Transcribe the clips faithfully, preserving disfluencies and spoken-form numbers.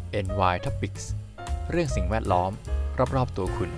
เอ็น วาย Topics เรื่องสิ่งแวดล้อมรอบๆตัวคุณ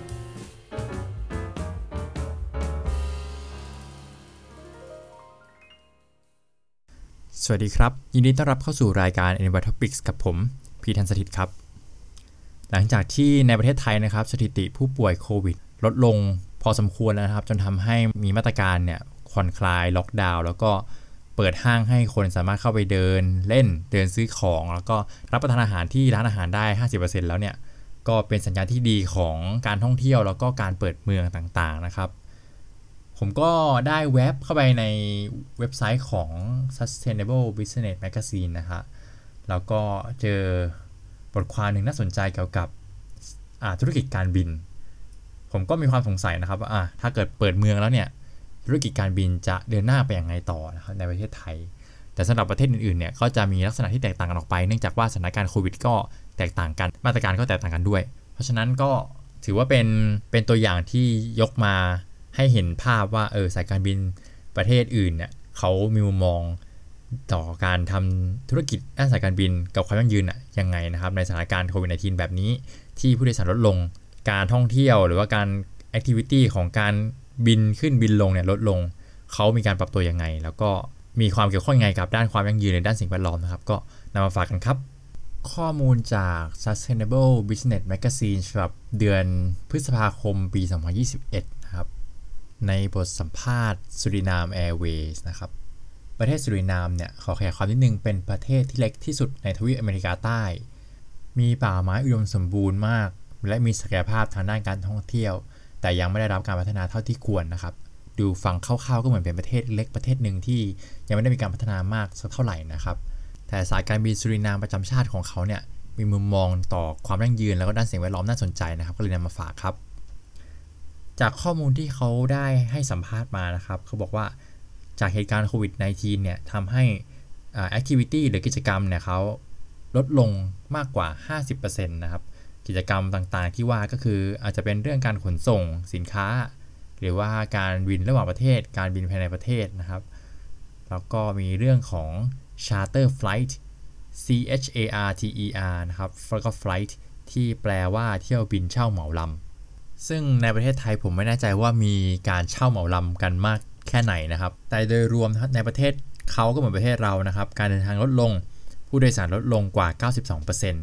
สวัสดีครับยินดีต้อนรับเข้าสู่รายการ เอ็น วาย Topics กับผมพีทันสถิตครับหลังจากที่ในประเทศไทยนะครับสถิติผู้ป่วยโควิดลดลงพอสมควรแล้วนะครับจนทำให้มีมาตรการเนี่ยผ่อนคลายล็อกดาวน์แล้วก็เปิดห้างให้คนสามารถเข้าไปเดินเล่นเดินซื้อของแล้วก็รับประทานอาหารที่ร้านอาหารได้ ห้าสิบเปอร์เซ็นต์ แล้วเนี่ยก็เป็นสัญญาณที่ดีของการท่องเที่ยวแล้วก็การเปิดเมืองต่างๆนะครับผมก็ได้เว็บเข้าไปในเว็บไซต์ของ Sustainable Business Magazine นะครับแล้วก็เจอบทความหนึ่งน่าสนใจเกี่ยวกับธุรกิจการบินผมก็มีความสงสัยนะครับว่าถ้าเกิดเปิดเมืองแล้วเนี่ยธุรกิจการบินจะเดินหน้าไปอย่างไรต่อนะครับในประเทศไทยแต่สำหรับประเทศอื่นๆเนี่ยก็จะมีลักษณะที่แตกต่างกันออกไปเนื่องจากว่าสถานการณ์โควิดก็แตกต่างกันมาตรการก็แตกต่างกันด้วยเพราะฉะนั้นก็ถือว่าเป็นเป็นตัวอย่างที่ยกมาให้เห็นภาพว่าเออสายการบินประเทศอื่นเนี่ยเขามีมุมมองต่อการทำธุรกิจด้านสายการบินกับความยั่งยืนอ่ะยังไงนะครับในสถานการณ์โควิด สิบเก้า แบบนี้ที่ผู้โดยสารลดลงการท่องเที่ยวหรือว่าการแอคทิวิตี้ของการบินขึ้นบินลงเนี่ยลดลงเขามีการปรับตัวยังไงแล้วก็มีความเกี่ยวข้องยังไงกับด้านความยั่งยืนในด้านสิ่งแวดล้อมนะครับก็นำมาฝากกันครับข้อมูลจาก Sustainable Business Magazine ฉบับเดือนพฤษภาคมปีสองพันยี่สิบเอ็ดนะครับในบทสัมภาษณ์ Suriname Airways นะครับประเทศสุรินามเนี่ยขอขยายความนิดนึงเป็นประเทศที่เล็กที่สุดในทวีปอเมริกาใต้มีป่าไม้อุดมสมบูรณ์มากและมีศักยภาพทางด้านการท่องเที่ยวแต่ยังไม่ได้รับการพัฒนาเท่าที่ควรนะครับดูฟังคร่าวๆก็เหมือนเป็นประเทศเล็กประเทศหนึ่งที่ยังไม่ได้มีการพัฒนามากสักเท่าไหร่นะครับแต่สายการบินสุรินามประจำชาติของเขาเนี่ยมีมุมมองต่อความยั่งยืนแล้วก็ด้านสิ่งแวดล้อมน่าสนใจนะครับก็เลยนำมาฝากครับจากข้อมูลที่เขาได้ให้สัมภาษณ์มานะครับเขาบอกว่าจากเหตุการณ์โควิด สิบเก้า เนี่ยทำให้แอคทิวิตี้หรือกิจกรรมเนี่ยเขาลดลงมากกว่า ห้าสิบเปอร์เซ็นต์ นะครับกิจกรรมต่างๆที่ว่าก็คืออาจจะเป็นเรื่องการขนส่งสินค้าหรือว่าการบินระหว่างประเทศการบินภายในประเทศนะครับแล้วก็มีเรื่องของ charter flight C H A R T E R นะครับแล้วก็ flight ที่แปลว่าเที่ยวบินเช่าเหมาลำซึ่งในประเทศไทยผมไม่แน่ใจว่ามีการเช่าเหมาลำกันมากแค่ไหนนะครับแต่โดยรวมในประเทศเขาก็เหมือนประเทศเรานะครับการเดินทางลดลงผู้โดยสารลดลงกว่า เก้าสิบสองเปอร์เซ็นต์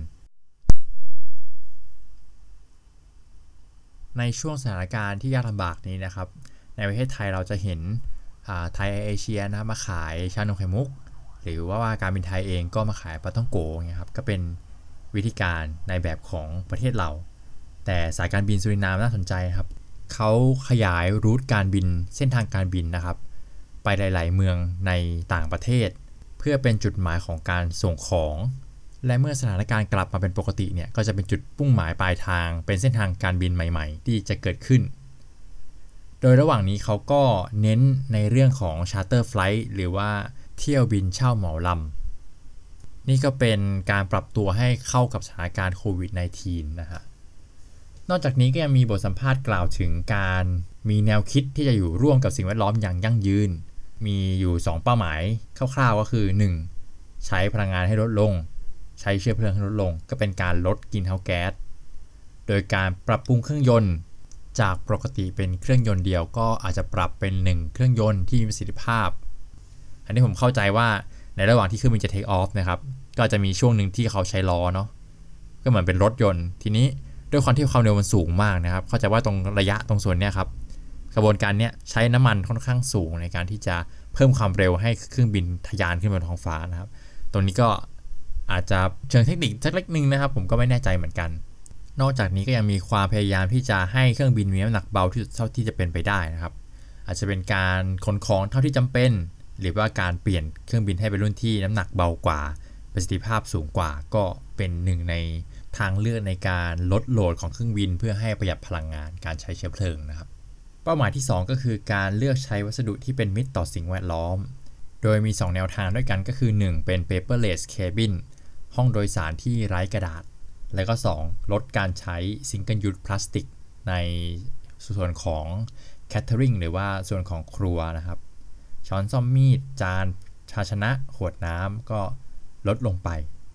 ในช่วงสถานการณ์ที่ยากลำบากนี้นะครับในประเทศไทยเราจะเห็นไทยเอเชียนะมาขายชานมไข่มุกหรือว่าการบินไทยเองก็มาขายปลาท่องโกเงี้ยครับก็เป็นวิธีการในแบบของประเทศเราแต่สายการบินสุรินามน่าสนใจครับเขาขยายรูทการบินเส้นทางการบินนะครับไปหลายๆเมืองในต่างประเทศเพื่อเป็นจุดหมายของการส่งของและเมื่อสถานการณ์กลับมาเป็นปกติเนี่ยก็จะเป็นจุดมุ่งหมายปลายทางเป็นเส้นทางการบินใหม่ๆที่จะเกิดขึ้นโดยระหว่างนี้เขาก็เน้นในเรื่องของ charter flight หรือว่าเที่ยวบินเช่าเหมาลำนี่ก็เป็นการปรับตัวให้เข้ากับสถานการณ์โควิด สิบเก้า นะฮะนอกจากนี้ก็ยังมีบทสัมภาษณ์กล่าวถึงการมีแนวคิดที่จะอยู่ร่วมกับสิ่งแวดล้อมอย่างยั่งยืนมีอยู่สองเป้าหมายคร่าวๆก็คือหนึ่งใช้พลังงานให้ลดลงใช้เชื้อเพลิงให้ลดลงก็เป็นการลดกลิ่นเฮาแก๊สโดยการปรับปรุงเครื่องยนต์จากปกติเป็นเครื่องยนต์เดียวก็อาจจะปรับเป็นหนึ่งเครื่องยนต์ที่มีประสิทธิภาพอันนี้ผมเข้าใจว่าในระหว่างที่เครื่องบินจะเทคออฟนะครับก็จะมีช่วงหนึ่งที่เขาใช้ล้อเนาะก็เหมือนเป็นรถยนต์ทีนี้ด้วยความที่ความเร็วมันสูงมากนะครับเข้าใจว่าตรงระยะตรงส่วนเนี้ยครับกระบวนการเนี้ยใช้น้ำมันค่อนข้างสูงในการที่จะเพิ่มความเร็วให้เครื่องบินทะยานขึ้นบนท้องฟ้านะครับตรงนี้ก็อาจจะเชิงเทคนิคสักเล็กนึงนะครับผมก็ไม่แน่ใจเหมือนกันนอกจากนี้ก็ยังมีความพยายามที่จะให้เครื่องบินมีน้ำหนักเบาที่สุดเท่าที่จะเป็นไปได้นะครับอาจจะเป็นการขนของเท่าที่จำเป็นหรือว่าการเปลี่ยนเครื่องบินให้เป็นรุ่นที่น้ำหนักเบากว่าประสิทธิภาพสูงกว่าก็เป็นหนึ่งในทางเลือกในการลดโหลดของเครื่องบินเพื่อให้ประหยัดพลังงานการใช้เชื้อเพลิงนะครับเป้าหมายที่สองก็คือการเลือกใช้วัสดุที่เป็นมิตรต่อสิ่งแวดล้อมโดยมีสองแนวทางด้วยกันก็คือหนึ่งเป็น paperless cabin ห้องโดยสารที่ไร้กระดาษและก็สองลดการใช้ single use พลาสติกในส่วนของ catering หรือว่าส่วนของครัวนะครับช้อนส้อมมีดจานภาชนะขวดน้ำก็ลดลงไป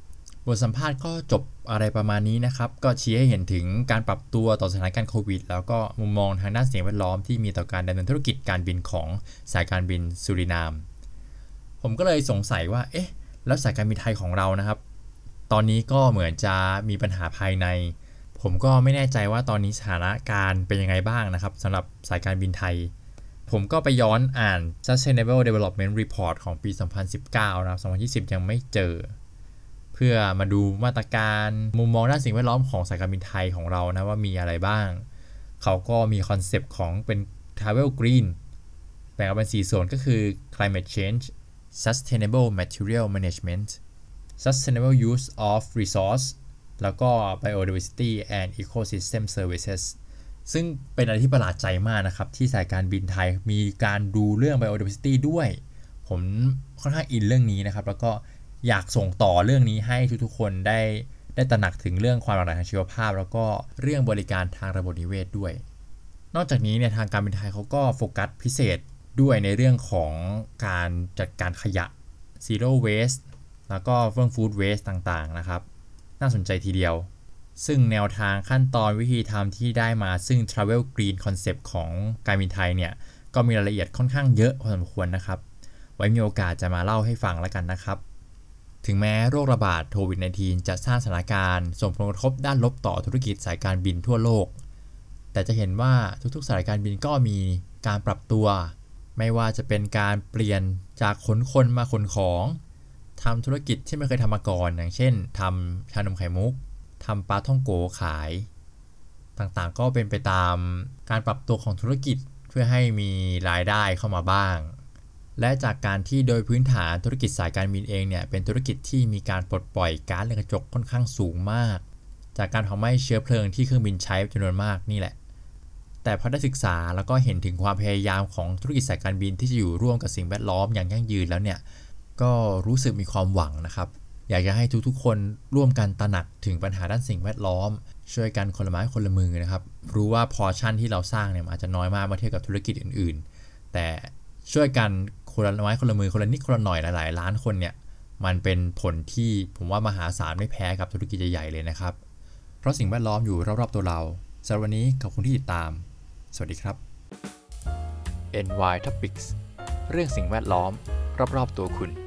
บทสัมภาษณ์ก็จบอะไรประมาณนี้นะครับก็ชี้ให้เห็นถึงการปรับตัวต่อสถานการณ์โควิดแล้วก็มุมมองทางด้านสิ่งแวดล้อมที่มีต่อการดำเนินธุรกิจการบินของสายการบินสุรินามผมก็เลยสงสัยว่าเอ๊ะแล้วสายการบินไทยของเรานะครับตอนนี้ก็เหมือนจะมีปัญหาภายในผมก็ไม่แน่ใจว่าตอนนี้สถานการณ์เป็นยังไงบ้างนะครับสำหรับสายการบินไทยผมก็ไปย้อนอ่าน Sustainable Development Report ของปี สองพันสิบเก้า นะครับ สองพันยี่สิบ ยังไม่เจอเพื่อมาดูมาตรการมุมมองด้านสิ่งแวดล้อมของสายการบินไทยของเรานะว่ามีอะไรบ้างเขาก็มีคอนเซปต์ของเป็น Travel Green แบ่งออกเป็นสี่ส่วนก็คือ Climate Change Sustainable Material Management Sustainable Use of Resource แล้วก็ Biodiversity and Ecosystem Services ซึ่งเป็นอะไรที่ประหลาดใจมากนะครับที่สายการบินไทยมีการดูเรื่อง Biodiversity ด้วยผมค่อนข้างอินเรื่องนี้นะครับแล้วก็อยากส่งต่อเรื่องนี้ให้ทุกๆคนได้ได้ตระหนักถึงเรื่องความหลากหลายทางชีวภาพแล้วก็เรื่องบริการทางระบบนิเวศ ด้วยนอกจากนี้เนี่ยทางการบินไทยเขาก็โฟกัสพิเศษด้วยในเรื่องของการจัดการขยะ Zero Waste แล้วก็เรื่อง Food Waste ต่างๆนะครับน่าสนใจทีเดียวซึ่งแนวทางขั้นตอนวิธีทำที่ได้มาซึ่ง Travel Green Concept ของการบินไทยเนี่ยก็มีรายละเอียดค่อนข้างเยอะพอสมควรนะครับไว้มีโอกาสจะมาเล่าให้ฟังแล้วกันนะครับถึงแม้โรคระบาดโควิด สิบเก้า จะสร้างสถานการณ์ส่งผลกระทบด้านลบต่อธุรกิจสายการบินทั่วโลกแต่จะเห็นว่าทุกๆสายการบินก็มีการปรับตัวไม่ว่าจะเป็นการเปลี่ยนจากขนคนมาขนของทำธุรกิจที่ไม่เคยทำมาก่อนอย่างเช่นทำชานมไข่มุกทำปลาท่องโกขายต่างๆก็เป็นไปตามการปรับตัวของธุรกิจเพื่อให้มีรายได้เข้ามาบ้างและจากการที่โดยพื้นฐานธุรกิจสายการบินเองเนี่ยเป็นธุรกิจที่มีการปลดปล่อยก๊าซเรือนกระจกค่อนข้างสูงมากจากการเผาไหม้เชื้อเพลิงที่เครื่องบินใช้จำนวนมากนี่แหละแต่พอได้ศึกษาแล้วก็เห็นถึงความพยายามของธุรกิจสายการบินที่จะอยู่ร่วมกับสิ่งแวดล้อมอย่างยั่งยืนแล้วเนี่ยก็รู้สึกมีความหวังนะครับอยากจะให้ทุกๆคนร่วมกันตระหนักถึงปัญหาด้านสิ่งแวดล้อมช่วยกันคนละไม้คนละมือนะครับรู้ว่าพอชั่นที่เราสร้างเนี่ยอาจจะน้อยมากเมื่อเทียบกับธุรกิจอื่นๆแต่ช่วยกันคนละไม้คนละมือคนละนิดคนละหน่อยหลายๆล้านคนเนี่ยมันเป็นผลที่ผมว่ามหาศาลไม่แพ้กับธุรกิจใหญ่ๆเลยนะครับเพราะสิ่งแวดล้อมอยู่รอบๆตัวเราสำหรับวันนี้ขอบคุณที่ติดตามสวัสดีครับเอ็น วาย Topics เรื่องสิ่งแวดล้อมรอบๆตัวคุณ